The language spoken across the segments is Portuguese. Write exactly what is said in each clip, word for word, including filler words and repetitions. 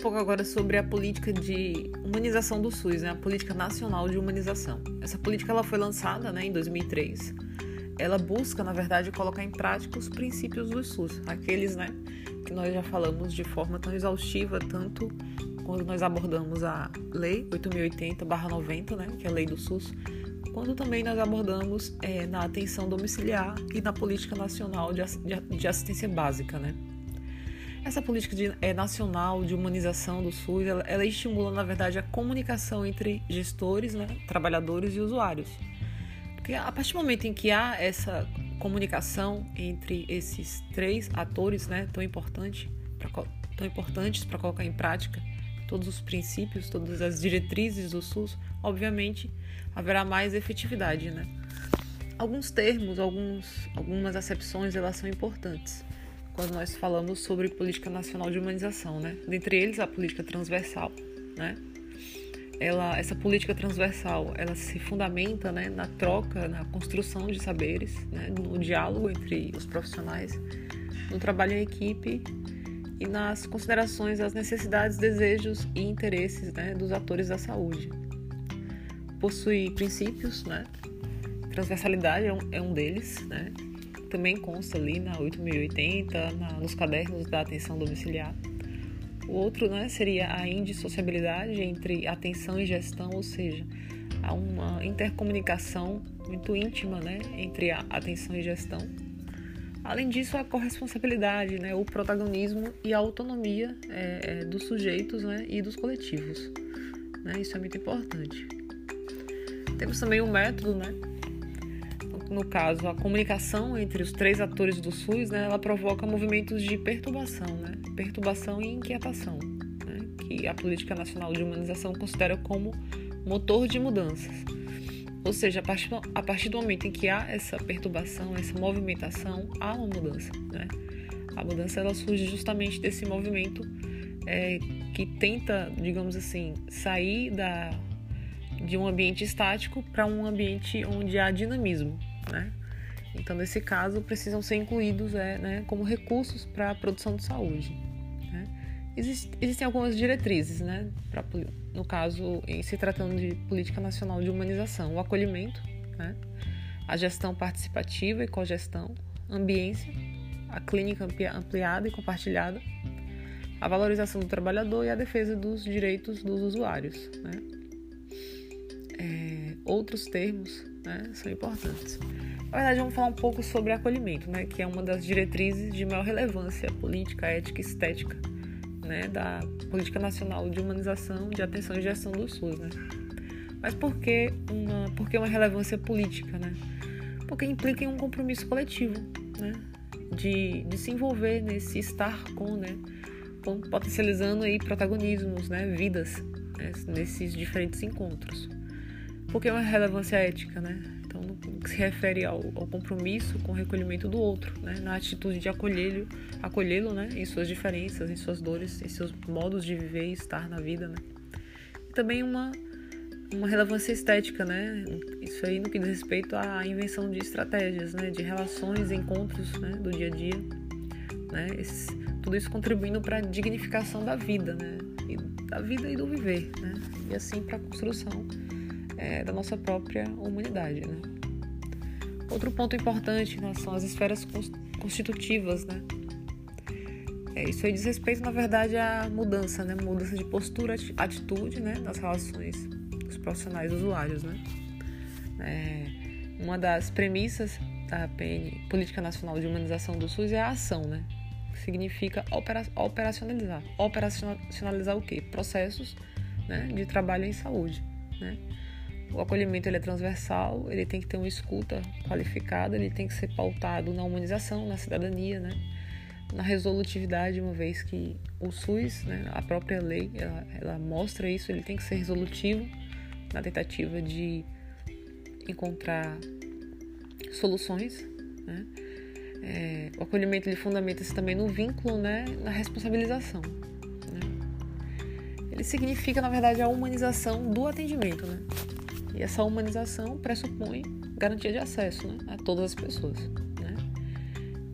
pouco agora sobre a política de humanização do SUS, né? A Política Nacional de Humanização. Essa política ela foi lançada, né, em dois mil e três. Ela busca, na verdade, colocar em prática os princípios do SUS, aqueles, né, que nós já falamos de forma tão exaustiva, tanto quando nós abordamos a Lei oito mil e oitenta barra noventa, né, que é a Lei do SUS, quando também nós abordamos é, na atenção domiciliar e na Política Nacional de, de, de Assistência Básica, né. Essa política de, é, nacional de humanização do SUS, ela, ela estimula, na verdade, a comunicação entre gestores, né, trabalhadores e usuários. Porque a partir do momento em que há essa comunicação entre esses três atores, né, tão, importante pra, tão importantes para colocar em prática todos os princípios, todas as diretrizes do SUS, obviamente haverá mais efetividade, né? Alguns termos, alguns, algumas acepções, elas são importantes quando nós falamos sobre política nacional de humanização, né? Dentre eles, a política transversal, né? Ela, essa política transversal, ela se fundamenta, né, na troca, na construção de saberes, né, no diálogo entre os profissionais, no trabalho em equipe e nas considerações das necessidades, desejos e interesses, né, dos atores da saúde. Possui princípios, né? Transversalidade é um, é um deles, né? Também consta ali na oito mil e oitenta, na, nos cadernos da atenção domiciliar. O outro, né, seria a indissociabilidade entre atenção e gestão, ou seja, há uma intercomunicação muito íntima, né, entre a atenção e gestão. Além disso, a corresponsabilidade, né, o protagonismo e a autonomia é, dos sujeitos, né, e dos coletivos. Né, isso é muito importante. Temos também o método, né? No caso, a comunicação entre os três atores do SUS, né, ela provoca movimentos de perturbação, né, perturbação e inquietação, né, que a Política Nacional de Humanização considera como motor de mudanças. Ou seja, a partir, a partir do momento em que há essa perturbação, essa movimentação, há uma mudança, né? A mudança ela surge justamente desse movimento é, que tenta, digamos assim, sair da, de um ambiente estático para um ambiente onde há dinamismo. Né? Então, nesse caso, precisam ser incluídos é, né, como recursos para a produção de saúde. Né? Exist, existem algumas diretrizes, né, pra, no caso, em se tratando de Política Nacional de Humanização: o acolhimento, né, a gestão participativa e cogestão, ambiência, a clínica ampliada e compartilhada, a valorização do trabalhador e a defesa dos direitos dos usuários. Né? É, outros termos, né, são importantes. Na verdade, vamos falar um pouco sobre acolhimento, né, que é uma das diretrizes de maior relevância política, ética e estética, né, da Política Nacional de Humanização, de Atenção e Gestão do SUS. Né? Mas por que uma, por que uma relevância política? Né? Porque implica em um compromisso coletivo, né, de, de se envolver nesse estar com, né, potencializando aí protagonismos, né, vidas, né, nesses diferentes encontros. Porque é uma relevância ética, né? Então, no que se refere ao, ao compromisso com o recolhimento do outro, né? Na atitude de acolhê-lo, acolhê-lo, né? Em suas diferenças, em suas dores, em seus modos de viver e estar na vida, né? E também uma, uma relevância estética, né? Isso aí no que diz respeito à invenção de estratégias, né? De relações, encontros, né? Do dia a dia, né? Esse, tudo isso contribuindo para a dignificação da vida, né? E, da vida e do viver, né? E assim para a construção É, da nossa própria humanidade, né? Outro ponto importante, né, são as esferas constitutivas, né? É, isso aí diz respeito, na verdade, à mudança, né? Mudança de postura, atitude, né, nas relações dos profissionais usuários, né? É, uma das premissas da P N, Política Nacional de Humanização do SUS, é a ação, né? Que significa opera, operacionalizar. Operacionalizar o quê? Processos, né, de trabalho em saúde, né? O acolhimento ele é transversal, ele tem que ter uma escuta qualificada, ele tem que ser pautado na humanização, na cidadania, né? Na resolutividade, uma vez que o SUS, né, a própria lei, ela, ela mostra isso, ele tem que ser resolutivo na tentativa de encontrar soluções. Né? É, o acolhimento ele fundamenta-se também no vínculo, né, na responsabilização. Né? Ele significa, na verdade, a humanização do atendimento, né? E essa humanização pressupõe garantia de acesso, né, a todas as pessoas. Né?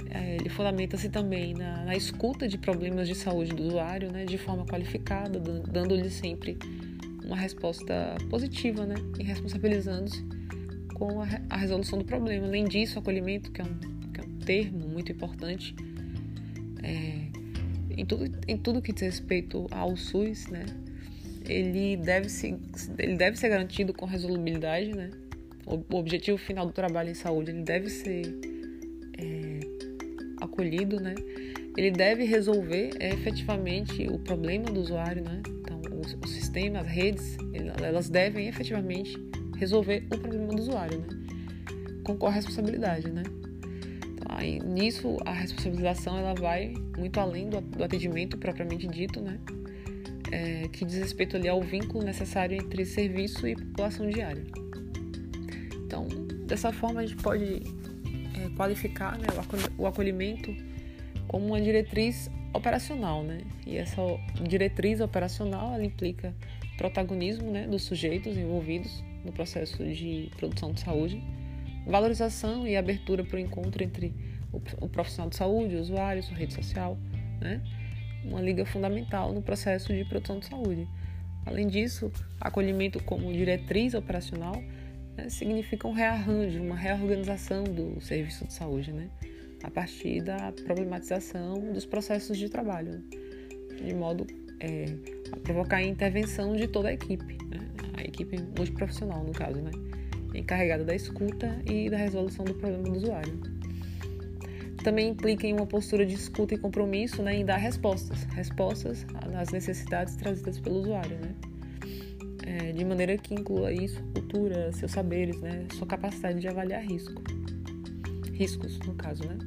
é, ele fundamenta-se também na, na escuta de problemas de saúde do usuário, né, de forma qualificada, dando-lhe sempre uma resposta positiva, né, e responsabilizando-se com a, a resolução do problema. Além disso, o acolhimento, que é um, que é um termo muito importante, é, em, tudo, em tudo que diz respeito ao SUS, né, ele deve, se, ele deve ser garantido com resolubilidade, né, o, o objetivo final do trabalho em saúde ele deve ser é, acolhido, né, ele deve resolver é, efetivamente o problema do usuário, né, então o, o sistema, as redes, elas devem efetivamente resolver o problema do usuário, né? Com corresponsabilidade, né? Então, aí, nisso, a responsabilização ela vai muito além do, do atendimento propriamente dito, né? É, que diz respeito ali ao vínculo necessário entre serviço e população diária. Então, dessa forma, a gente pode é, qualificar, né, o acolhimento como uma diretriz operacional, né? E essa diretriz operacional ela implica protagonismo, né, dos sujeitos envolvidos no processo de produção de saúde, valorização e abertura para o encontro entre o profissional de saúde, o usuário, sua rede social, né? Uma liga fundamental no processo de produção de saúde. Além disso, acolhimento como diretriz operacional, né, significa um rearranjo, uma reorganização do serviço de saúde, né, a partir da problematização dos processos de trabalho, né, de modo é, a provocar a intervenção de toda a equipe, né? A equipe multiprofissional, no caso, né? Encarregada da escuta e da resolução do problema do usuário. Também implica em uma postura de escuta e compromisso, né, em dar respostas, respostas às necessidades trazidas pelo usuário, né? É, de maneira que inclua isso, cultura, seus saberes, né, sua capacidade de avaliar risco. Riscos, no caso, né?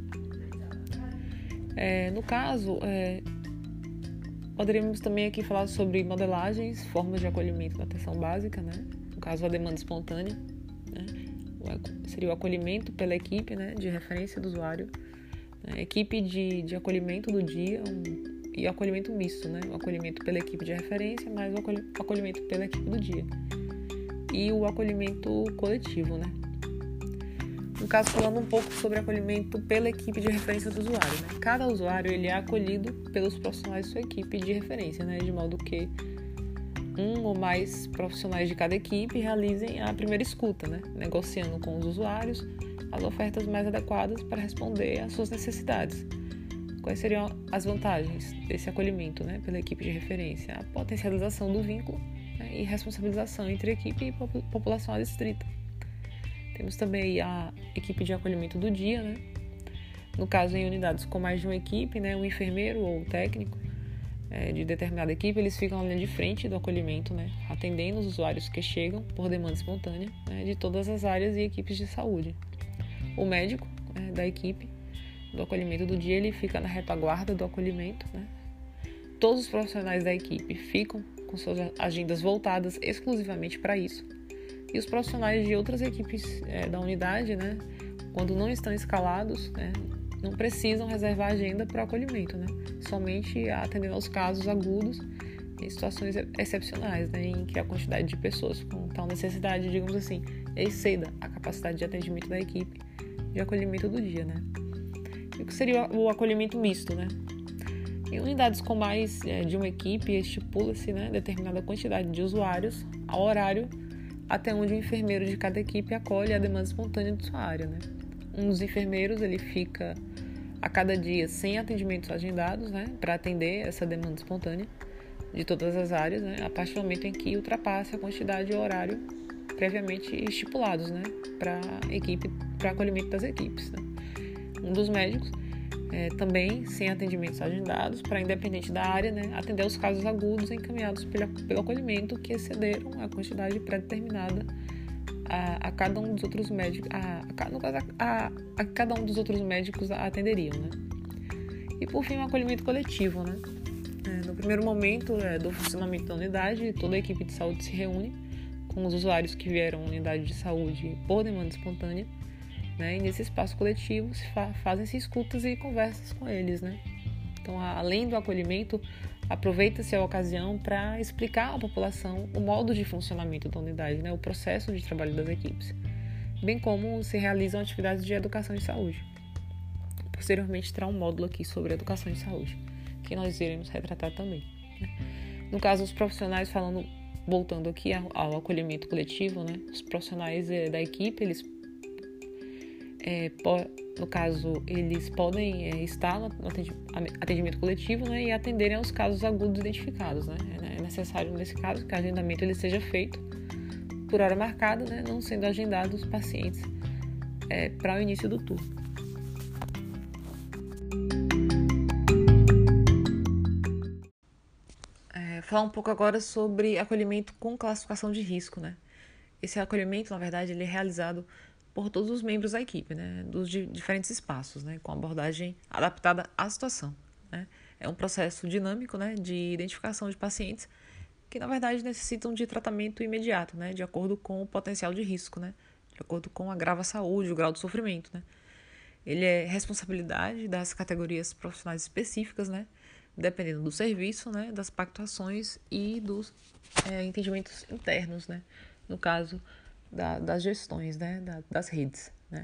É, no caso, é, poderíamos também aqui falar sobre modelagens, formas de acolhimento da atenção básica, né? No caso, a demanda espontânea, né? Seria o acolhimento pela equipe, né, de referência do usuário, né? Equipe de, de acolhimento do dia um, e acolhimento misto, né? O acolhimento pela equipe de referência, mais o acolhimento pela equipe do dia. E o acolhimento coletivo, né? No caso, falando um pouco sobre acolhimento pela equipe de referência do usuário, né? Cada usuário ele é acolhido pelos profissionais de sua equipe de referência, né? De modo que um ou mais profissionais de cada equipe realizem a primeira escuta, né? Negociando com os usuários as ofertas mais adequadas para responder às suas necessidades. Quais seriam as vantagens desse acolhimento, né, pela equipe de referência? A potencialização do vínculo, né, e responsabilização entre equipe e população adstrita. Temos também a equipe de acolhimento do dia, né? No caso, em unidades com mais de uma equipe, né, um enfermeiro ou técnico é, de determinada equipe, eles ficam na linha de frente do acolhimento, né, atendendo os usuários que chegam por demanda espontânea, né, de todas as áreas e equipes de saúde. O médico, né, da equipe do acolhimento do dia, ele fica na retaguarda do acolhimento, né? Todos os profissionais da equipe ficam com suas agendas voltadas exclusivamente para isso. E os profissionais de outras equipes é, da unidade, né, quando não estão escalados, né, não precisam reservar agenda para o acolhimento, né, somente atendendo aos casos agudos em situações excepcionais, né, em que a quantidade de pessoas com tal necessidade, digamos assim, exceda a capacidade de atendimento da equipe de acolhimento do dia, né. E o que seria o acolhimento misto, né? Em unidades com mais é, de uma equipe, estipula-se, né, determinada quantidade de usuários ao horário até onde o enfermeiro de cada equipe acolhe a demanda espontânea de sua área, né? Um dos enfermeiros ele fica a cada dia sem atendimentos agendados, né, para atender essa demanda espontânea de todas as áreas, né, a partir do momento em que ultrapasse a quantidade e o horário previamente estipulados, né, para equipe, para acolhimento das equipes, né? Um dos médicos é, também sem atendimentos agendados para, independente da área, né, atender os casos agudos encaminhados pelo, pelo acolhimento que excederam a quantidade pré-determinada a, a cada um dos outros médicos, a, a, no caso, a, a, a cada um dos outros médicos atenderiam, né? E por fim, o acolhimento coletivo, né? É, no primeiro momento é, do funcionamento da unidade, toda a equipe de saúde se reúne com os usuários que vieram à unidade de saúde por demanda espontânea, né? E nesse espaço coletivo se fa- fazem-se escutas e conversas com eles, né? Então, a, além do acolhimento, aproveita-se a ocasião para explicar à população o modo de funcionamento da unidade, né? O processo de trabalho das equipes, bem como se realizam atividades de educação em saúde. posteriormente terá um módulo aqui sobre educação de saúde, que nós iremos retratar também, né? No caso, os profissionais, falando, voltando aqui ao, ao acolhimento coletivo, né? Os profissionais é, da equipe, eles, é, po, no caso, eles podem é, estar no atendimento coletivo, né? E atenderem aos casos agudos identificados, né? É necessário, nesse caso, que o agendamento ele seja feito por hora marcada, né? Não sendo agendados os pacientes é, para o início do turno. Falar um pouco agora sobre acolhimento com classificação de risco, né? Esse acolhimento, na verdade, ele é realizado por todos os membros da equipe, né? Dos diferentes espaços, né? Com abordagem adaptada à situação, né? É um processo dinâmico, né? De identificação de pacientes que, na verdade, necessitam de tratamento imediato, né? De acordo com o potencial de risco, né? De acordo com a grave saúde, o grau de sofrimento, né? Ele é responsabilidade das categorias profissionais específicas, né? Dependendo do serviço, né, das pactuações e dos é, entendimentos internos, né, no caso da, das gestões, né, da, das redes, né.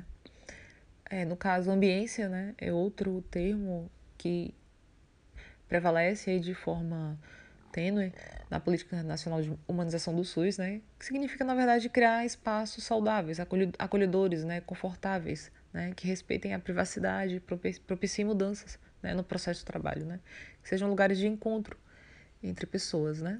É, no caso, ambiência, né, é outro termo que prevalece aí de forma tênue na Política Nacional de Humanização do SUS, né, que significa, na verdade, criar espaços saudáveis, acolhedores, né, confortáveis, né, que respeitem a privacidade, propiciem mudanças, né, no processo de trabalho, né, que sejam lugares de encontro entre pessoas, né.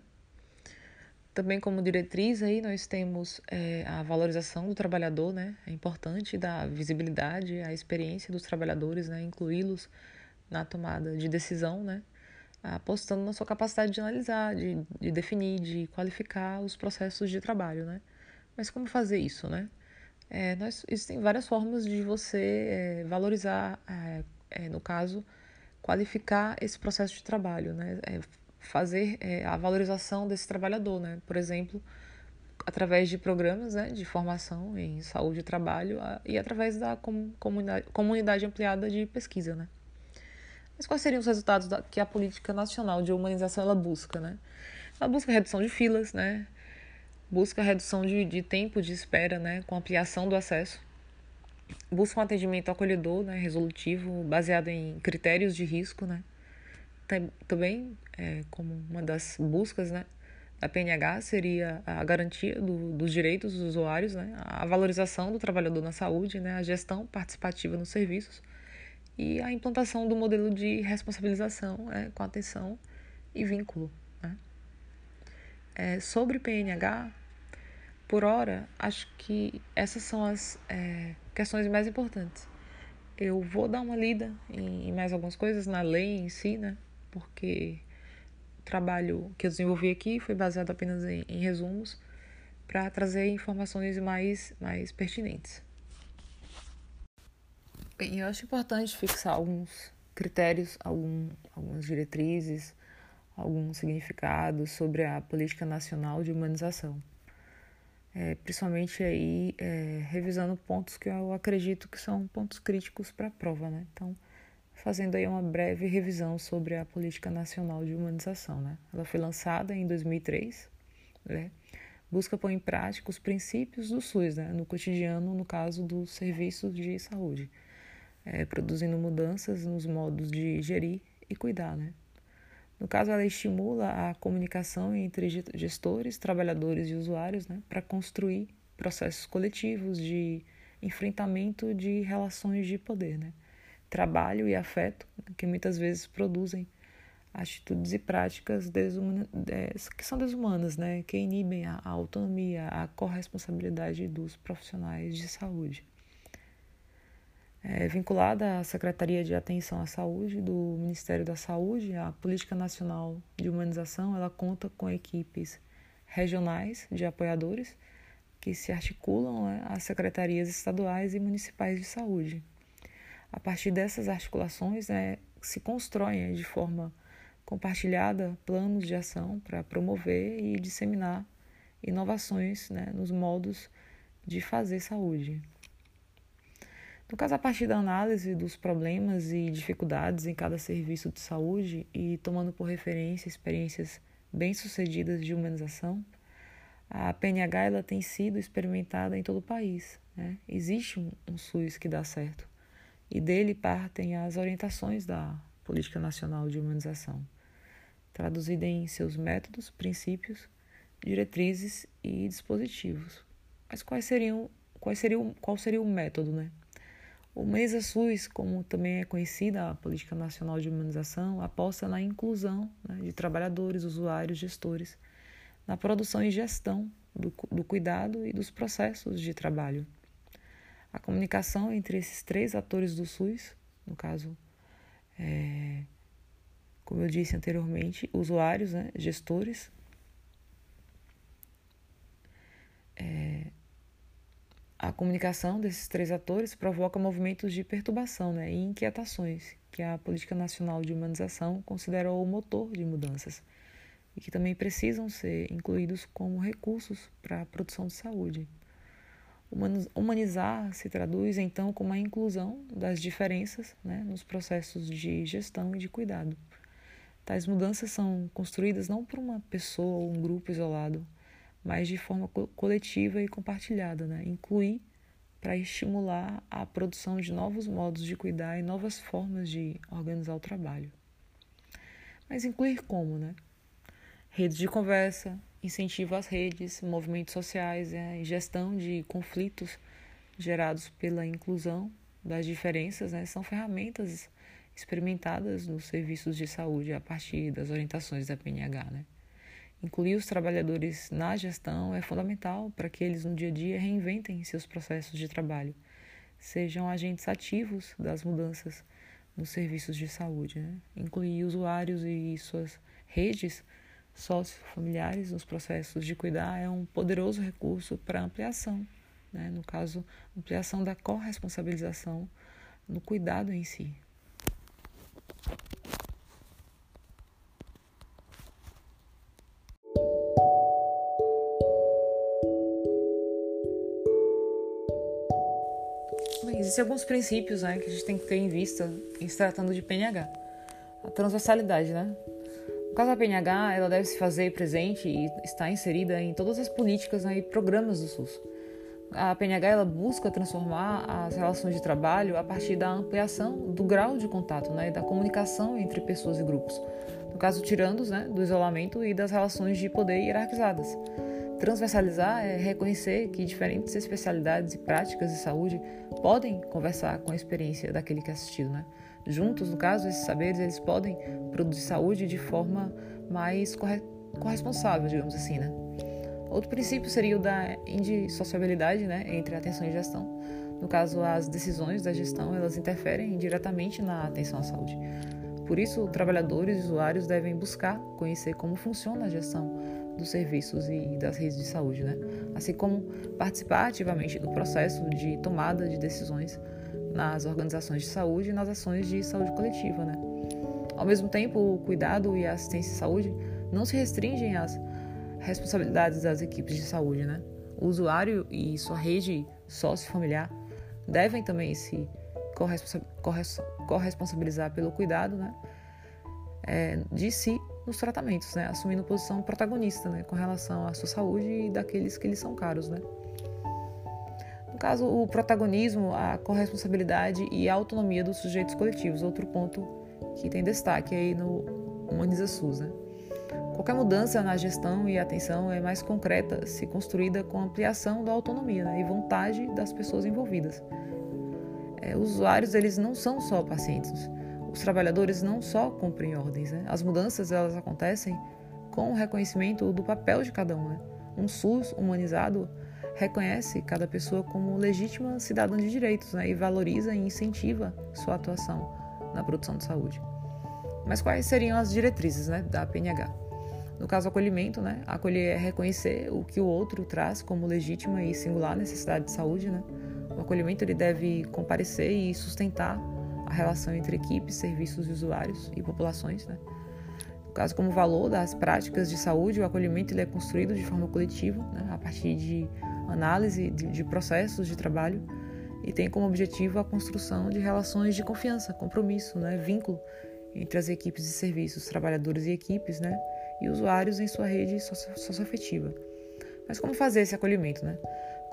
Também como diretriz aí nós temos é, a valorização do trabalhador, né, é importante dar visibilidade à experiência dos trabalhadores, né, incluí-los na tomada de decisão, né, apostando na sua capacidade de analisar, de, de definir, de qualificar os processos de trabalho, né. Mas como fazer isso, né? É, nós, existem várias formas de você é, valorizar, é, é, no caso, qualificar esse processo de trabalho, né? É, fazer é, a valorização desse trabalhador, né? Por exemplo, através de programas, né, de formação em saúde e trabalho a, e através da com, comunidade, comunidade ampliada de pesquisa, né? Mas quais seriam os resultados da, que a Política Nacional de Humanização ela busca, né? Ela busca redução de filas, né? Busca redução de, de tempo de espera, né, com ampliação do acesso. Busca um atendimento acolhedor, né, resolutivo, baseado em critérios de risco, né. Também, é, como uma das buscas, né, da P N H seria a garantia do, dos direitos dos usuários, né, a valorização do trabalhador na saúde, né, a gestão participativa nos serviços e a implantação do modelo de responsabilização, né, com atenção e vínculo, né. É, sobre P N H, por hora, acho que essas são as é, questões mais importantes. Eu vou dar uma lida em, em mais algumas coisas na lei em si, né? Porque o trabalho que eu desenvolvi aqui foi baseado apenas em, em resumos para trazer informações mais, mais pertinentes. Bem, eu acho importante fixar alguns critérios, algum, algumas diretrizes, alguns significados sobre a Política Nacional de Humanização. É, principalmente aí é, revisando pontos que eu acredito que são pontos críticos para a prova, né? Então, fazendo aí uma breve revisão sobre a Política Nacional de Humanização, né? Ela foi lançada em dois mil e três, né? Busca pôr em prática os princípios do SUS, né? No cotidiano, no caso dos serviços de saúde, é, produzindo mudanças nos modos de gerir e cuidar, né? No caso, ela estimula a comunicação entre gestores, trabalhadores e usuários, né, para construir processos coletivos de enfrentamento de relações de poder, né, trabalho e afeto, que muitas vezes produzem atitudes e práticas desumana, que são desumanas, né, que inibem a autonomia, a corresponsabilidade dos profissionais de saúde. É, vinculada à Secretaria de Atenção à Saúde do Ministério da Saúde, a Política Nacional de Humanização ela conta com equipes regionais de apoiadores que se articulam, né, às secretarias estaduais e municipais de saúde. A partir dessas articulações, né, se constroem de forma compartilhada planos de ação para promover e disseminar inovações, né, nos modos de fazer saúde. No caso, a partir da análise dos problemas e dificuldades em cada serviço de saúde e tomando por referência experiências bem-sucedidas de humanização, a P N H ela tem sido experimentada em todo o país, né? Existe um, um SUS que dá certo, e dele partem as orientações da Política Nacional de Humanização, traduzida em seus métodos, princípios, diretrizes e dispositivos. Mas quais seriam, quais seriam, qual seria o método, né? O Humaniza SUS, como também é conhecida a Política Nacional de Humanização, aposta na inclusão, né, de trabalhadores, usuários, gestores, na produção e gestão do, do cuidado e dos processos de trabalho. A comunicação entre esses três atores do SUS, no caso, é, como eu disse anteriormente, usuários, né, gestores, é, a comunicação desses três atores provoca movimentos de perturbação, né, e inquietações, que a Política Nacional de Humanização considera o motor de mudanças e que também precisam ser incluídos como recursos para a produção de saúde. Humanizar se traduz, então, como a inclusão das diferenças, né, nos processos de gestão e de cuidado. Tais mudanças são construídas não por uma pessoa ou um grupo isolado, mas de forma co- coletiva e compartilhada, né? Incluir para estimular a produção de novos modos de cuidar e novas formas de organizar o trabalho. Mas incluir como, né? Redes de conversa, incentivo às redes, movimentos sociais, né? E gestão de conflitos gerados pela inclusão das diferenças, né? São ferramentas experimentadas nos serviços de saúde a partir das orientações da P N H, né? Incluir os trabalhadores na gestão é fundamental para que eles no dia a dia reinventem seus processos de trabalho, sejam agentes ativos das mudanças nos serviços de saúde, né? Incluir usuários e suas redes sociofamiliares nos processos de cuidar é um poderoso recurso para ampliação, né? No caso, ampliação da corresponsabilização no cuidado em si. Bem, existem alguns princípios, né, que a gente tem que ter em vista em se tratando de P N H. A transversalidade, né? No caso da P N H, ela deve se fazer presente e estar inserida em todas as políticas, né, e programas do SUS. A P N H ela busca transformar as relações de trabalho a partir da ampliação do grau de contato, né, e da comunicação entre pessoas e grupos. No caso, tirando-os, né, do isolamento e das relações de poder hierarquizadas. Transversalizar é reconhecer que diferentes especialidades e práticas de saúde podem conversar com a experiência daquele que é assistido, né? Juntos, no caso, esses saberes eles podem produzir saúde de forma mais corre- corresponsável, digamos assim, né? Outro princípio seria o da indissociabilidade, né, entre atenção e gestão. No caso, as decisões da gestão elas interferem diretamente na atenção à saúde. Por isso, trabalhadores e usuários devem buscar conhecer como funciona a gestão dos serviços e das redes de saúde, né? Assim como participar ativamente do processo de tomada de decisões nas organizações de saúde e nas ações de saúde coletiva, né? Ao mesmo tempo, o cuidado e a assistência à saúde não se restringem às responsabilidades das equipes de saúde, né? O usuário e sua rede sociofamiliar devem também se corresponsa- corres- corresponsabilizar pelo cuidado, né, é, de si nos tratamentos, né, assumindo posição protagonista, né, com relação à sua saúde e daqueles que lhes são caros, né. No caso, o protagonismo, a corresponsabilidade e a autonomia dos sujeitos coletivos, outro ponto que tem destaque aí no Humaniza SUS, né. Qualquer mudança na gestão e atenção é mais concreta se construída com ampliação da autonomia, né, e vontade das pessoas envolvidas. É, os usuários eles não são só pacientes, os trabalhadores não só cumprem ordens, né? As mudanças elas acontecem com o reconhecimento do papel de cada um, né? Um SUS humanizado reconhece cada pessoa como legítima cidadã de direitos, né? E valoriza e incentiva sua atuação na produção de saúde. Mas quais seriam as diretrizes, né, da P N H? No caso, acolhimento, né? Acolher é reconhecer o que o outro traz como legítima e singular necessidade de saúde, né? O acolhimento ele deve comparecer e sustentar a relação entre equipes, serviços, usuários e populações, né? No caso, como valor das práticas de saúde, o acolhimento ele é construído de forma coletiva, né? A partir de análise de, de processos de trabalho e tem como objetivo a construção de relações de confiança, compromisso, né? Vínculo entre as equipes de serviços, trabalhadores e equipes, né? E usuários em sua rede socioafetiva. Mas como fazer esse acolhimento, né?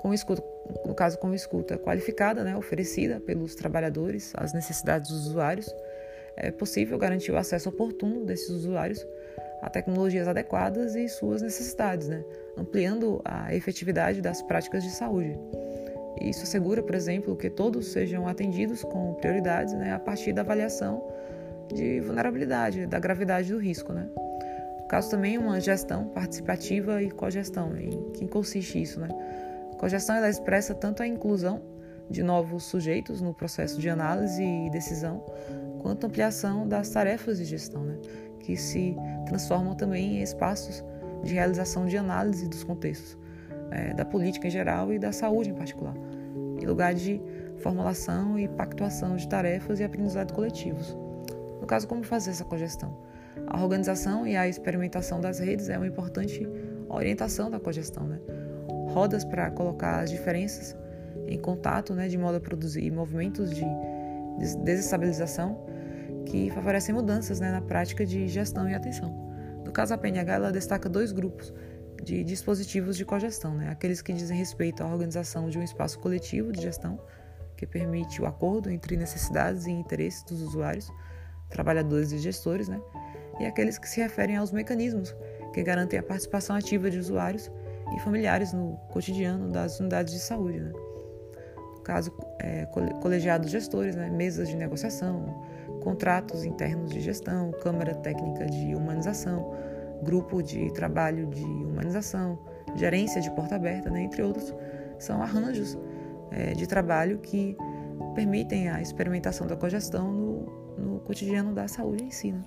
com escuta, no caso com escuta qualificada, né, oferecida pelos trabalhadores às necessidades dos usuários, é possível garantir o acesso oportuno desses usuários a tecnologias adequadas e suas necessidades, né, ampliando a efetividade das práticas de saúde. Isso assegura, por exemplo, que todos sejam atendidos com prioridades, né, a partir da avaliação de vulnerabilidade, da gravidade do risco, né. No caso também uma gestão participativa e cogestão, em que consiste isso, né? A cogestão ela expressa tanto a inclusão de novos sujeitos no processo de análise e decisão, quanto a ampliação das tarefas de gestão, né? Que se transformam também em espaços de realização de análise dos contextos, é, da política em geral e da saúde em particular, em lugar de formulação e pactuação de tarefas e aprendizado coletivos. No caso, como fazer essa cogestão? A organização e a experimentação das redes é uma importante orientação da cogestão, né? Rodas para colocar as diferenças em contato, né, de modo a produzir movimentos de desestabilização que favorecem mudanças, né, na prática de gestão e atenção. No caso, a P N H ela destaca dois grupos de dispositivos de cogestão, né? Aqueles que dizem respeito à organização de um espaço coletivo de gestão, que permite o acordo entre necessidades e interesses dos usuários, trabalhadores e gestores, né? E aqueles que se referem aos mecanismos que garantem a participação ativa de usuários e familiares no cotidiano das unidades de saúde, né? No caso, é, colegiados gestores, né? Mesas de negociação, contratos internos de gestão, câmara técnica de humanização, grupo de trabalho de humanização, gerência de porta aberta, né? Entre outros, são arranjos é, de trabalho que permitem a experimentação da cogestão no, no cotidiano da saúde em si, né?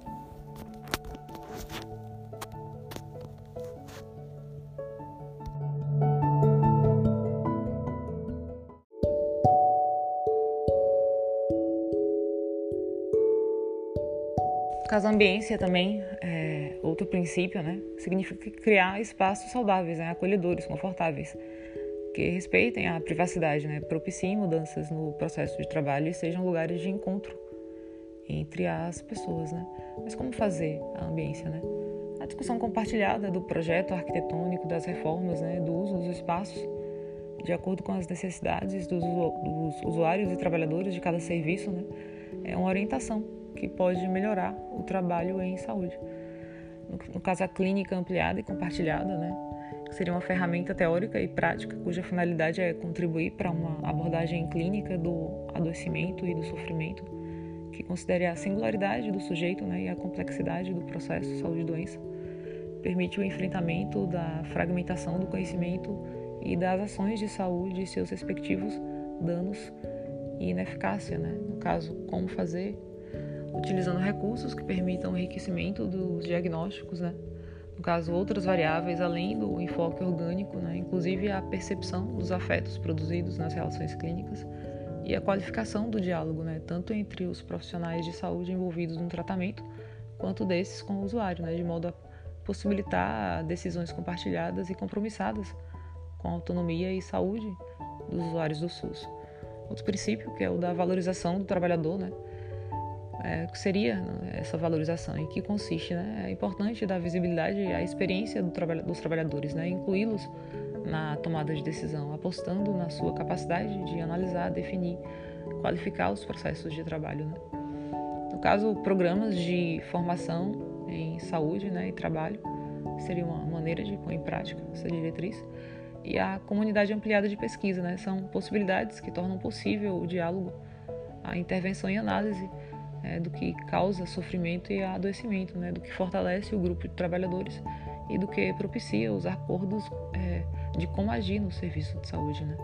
No caso, a ambiência também é outro princípio, né? Significa criar espaços saudáveis, né? Acolhedores, confortáveis, que respeitem a privacidade, né? Propiciem mudanças no processo de trabalho e sejam lugares de encontro entre as pessoas, né? Mas como fazer a ambiência, né? A discussão compartilhada do projeto arquitetônico, das reformas, né? Do uso dos espaços, de acordo com as necessidades dos, dos usuários e trabalhadores de cada serviço, né? É uma orientação que pode melhorar o trabalho em saúde. No, no caso, a clínica ampliada e compartilhada, né, que seria uma ferramenta teórica e prática cuja finalidade é contribuir para uma abordagem clínica do adoecimento e do sofrimento, que considere a singularidade do sujeito, né, e a complexidade do processo de saúde e doença, permite o enfrentamento da fragmentação do conhecimento e das ações de saúde e seus respectivos danos e ineficácia, né? No caso, como fazer, utilizando recursos que permitam o enriquecimento dos diagnósticos, né? No caso, outras variáveis além do enfoque orgânico, né? Inclusive a percepção dos afetos produzidos nas relações clínicas e a qualificação do diálogo, né? Tanto entre os profissionais de saúde envolvidos no tratamento, quanto desses com o usuário, né? De modo a possibilitar decisões compartilhadas e compromissadas com a autonomia e saúde dos usuários do SUS. Outro princípio, que é o da valorização do trabalhador, né? É, que seria essa valorização, em que consiste, né? É importante dar visibilidade à experiência do traba- dos trabalhadores, né? Incluí-los na tomada de decisão, apostando na sua capacidade de analisar, definir, qualificar os processos de trabalho, né? No caso, programas de formação em saúde, né, e trabalho seria uma maneira de pôr em prática essa diretriz. E a comunidade ampliada de pesquisa, né? São possibilidades que tornam possível o diálogo, a intervenção e análise é, do que causa sofrimento e adoecimento, né? Do que fortalece o grupo de trabalhadores e do que propicia os acordos é, de como agir no serviço de saúde, né?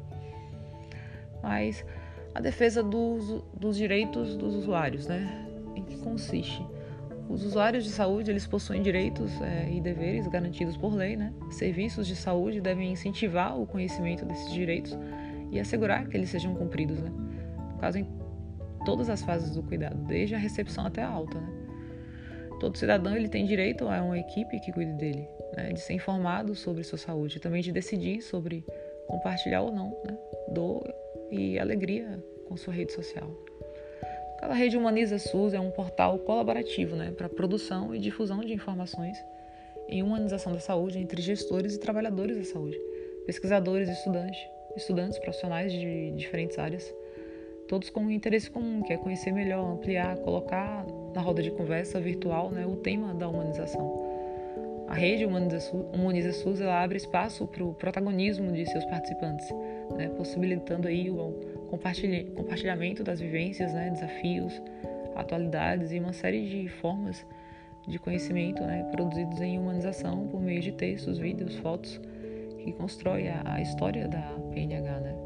Mas a defesa dos, dos direitos dos usuários, né? Em que consiste? Os usuários de saúde, eles possuem direitos é, e deveres garantidos por lei, né? Serviços de saúde devem incentivar o conhecimento desses direitos e assegurar que eles sejam cumpridos, né? No caso, em todas as fases do cuidado, desde a recepção até a alta, né? Todo cidadão, ele tem direito a uma equipe que cuide dele, né? De ser informado sobre sua saúde, também de decidir sobre compartilhar ou não, né? Dor e alegria com sua rede social. A Rede Humaniza SUS é um portal colaborativo, né, para produção e difusão de informações em humanização da saúde entre gestores e trabalhadores da saúde, pesquisadores, estudantes, estudantes profissionais de diferentes áreas, todos com um interesse comum, que é conhecer melhor, ampliar, colocar na roda de conversa virtual, né, o tema da humanização. A rede Humaniza SUS ela abre espaço para o protagonismo de seus participantes, né, possibilitando aí o compartilhamento das vivências, né, desafios, atualidades e uma série de formas de conhecimento, né, produzidos em humanização por meio de textos, vídeos, fotos, que constrói a, a história da P N H, né.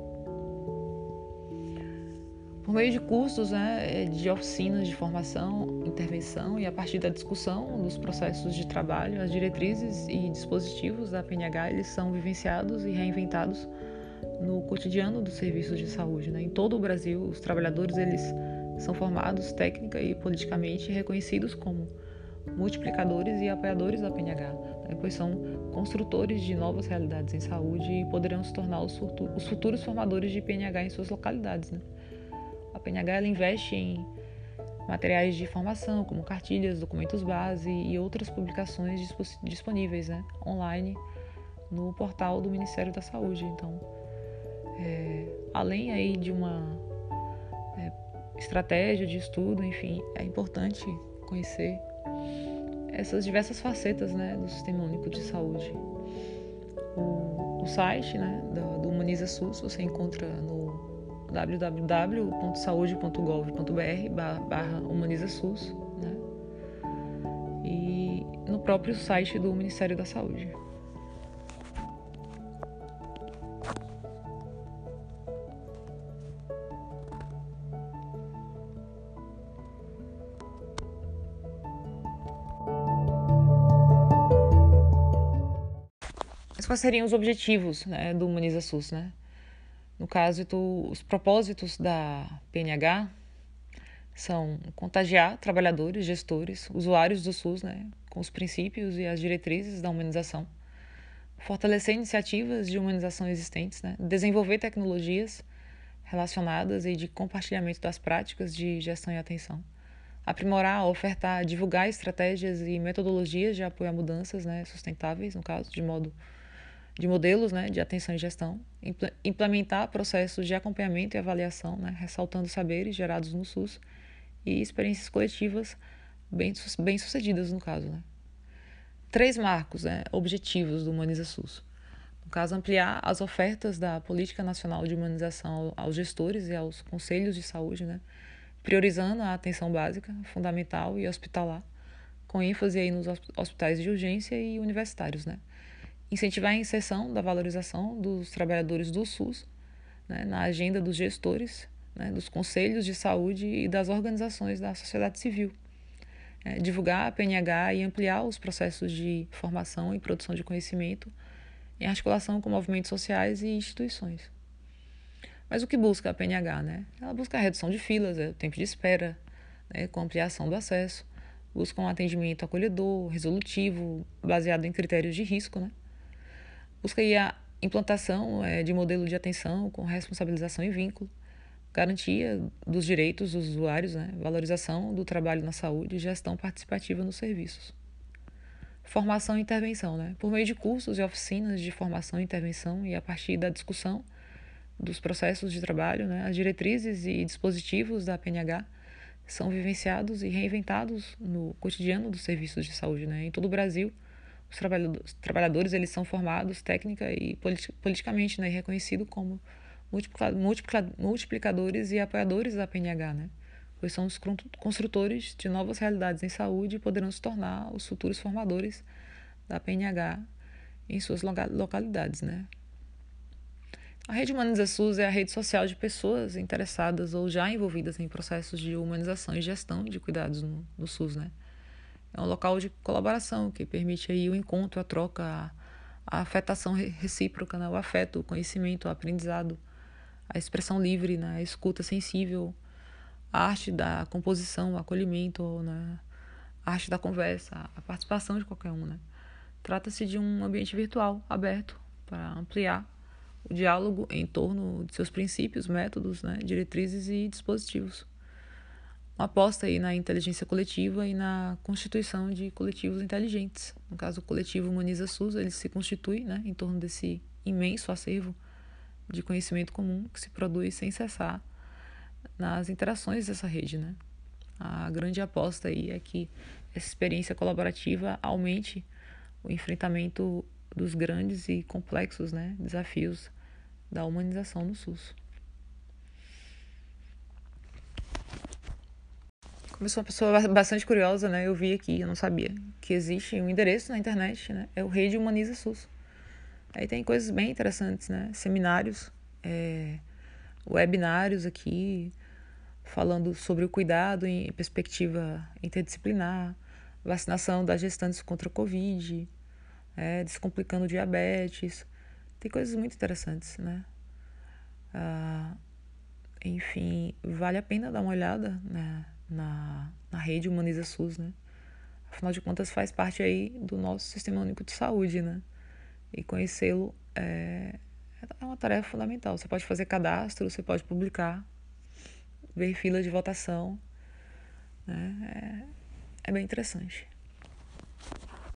Por meio de cursos, né, de oficinas de formação, intervenção e a partir da discussão dos processos de trabalho, as diretrizes e dispositivos da P N H eles são vivenciados e reinventados no cotidiano dos serviços de saúde, né. Em todo o Brasil, os trabalhadores eles são formados técnica e politicamente reconhecidos como multiplicadores e apoiadores da P N H, né, pois são construtores de novas realidades em saúde e poderão se tornar os futuros formadores de P N H em suas localidades, né. A P N H ela investe em materiais de formação, como cartilhas, documentos base e outras publicações disponíveis, né, online no portal do Ministério da Saúde. Então, é, além aí de uma é, estratégia de estudo, enfim, é importante conhecer essas diversas facetas, né, do Sistema Único de Saúde. O, o site, né, do, do Humaniza SUS você encontra no w w w ponto saude ponto gov ponto b r barra Humaniza SUS, né? E no próprio site do Ministério da Saúde. Mas quais seriam os objetivos, né, do Humaniza SUS, né? No caso, os propósitos da P N H são contagiar trabalhadores, gestores, usuários do SUS, né, com os princípios e as diretrizes da humanização, fortalecer iniciativas de humanização existentes, né, desenvolver tecnologias relacionadas e de compartilhamento das práticas de gestão e atenção, aprimorar, ofertar, divulgar estratégias e metodologias de apoio a mudanças, né, sustentáveis, no caso, de modo de modelos, né, de atenção e gestão, implementar processos de acompanhamento e avaliação, né, ressaltando saberes gerados no SUS e experiências coletivas bem, bem sucedidas, no caso. Né. Três marcos, né, objetivos do Humaniza SUS. No caso, ampliar as ofertas da Política Nacional de Humanização aos gestores e aos conselhos de saúde, né, priorizando a atenção básica, fundamental e hospitalar, com ênfase aí nos hospitais de urgência e universitários, né. Incentivar a inserção da valorização dos trabalhadores do SUS, né, na agenda dos gestores, né, dos conselhos de saúde e das organizações da sociedade civil. É, divulgar a P N H e ampliar os processos de formação e produção de conhecimento em articulação com movimentos sociais e instituições. Mas o que busca a P N H? Né? Ela busca a redução de filas, é, o tempo de espera, né, com ampliação do acesso, busca um atendimento acolhedor, resolutivo, baseado em critérios de risco, né? Busca aí a implantação é, de modelo de atenção com responsabilização e vínculo, garantia dos direitos dos usuários, né, valorização do trabalho na saúde e gestão participativa nos serviços. Formação e intervenção, né, por meio de cursos e oficinas de formação e intervenção e a partir da discussão dos processos de trabalho, né, as diretrizes e dispositivos da P N H são vivenciados e reinventados no cotidiano dos serviços de saúde, né, em todo o Brasil. Os trabalhadores, trabalhadores eles são formados técnica e politi- politicamente, né, reconhecidos como multiplica- multiplica- multiplicadores e apoiadores da P N H, né, pois são os construtores de novas realidades em saúde e poderão se tornar os futuros formadores da P N H em suas localidades. Né. A Rede Humaniza SUS é a rede social de pessoas interessadas ou já envolvidas em processos de humanização e gestão de cuidados no, no SUS, né. É um local de colaboração que permite aí o encontro, a troca, a, a afetação recíproca, né? O afeto, o conhecimento, o aprendizado, a expressão livre, né? A escuta sensível, a arte da composição, o acolhimento, né? A arte da conversa, a participação de qualquer um. Né? Trata-se de um ambiente virtual, aberto, para ampliar o diálogo em torno de seus princípios, métodos, né? Diretrizes e dispositivos. Uma aposta aí na inteligência coletiva e na constituição de coletivos inteligentes. No caso, o coletivo Humaniza SUS, ele se constitui, né, em torno desse imenso acervo de conhecimento comum que se produz sem cessar nas interações dessa rede, né? A grande aposta aí é que essa experiência colaborativa aumente o enfrentamento dos grandes e complexos, né, desafios da humanização no SUS. Como eu sou uma pessoa bastante curiosa, né, eu vi aqui, eu não sabia, que existe um endereço na internet, né, é o Rede Humaniza SUS. Aí tem coisas bem interessantes, né, seminários, é, webinários aqui, falando sobre o cuidado em perspectiva interdisciplinar, vacinação das gestantes contra a Covid, é, descomplicando diabetes. Tem coisas muito interessantes, né? Ah, enfim, vale a pena dar uma olhada, né, na, na rede Humaniza SUS, né? Afinal de contas, faz parte aí do nosso Sistema Único de Saúde, né? E conhecê-lo é, é uma tarefa fundamental. Você pode fazer cadastro, você pode publicar, ver fila de votação, né? É, é bem interessante.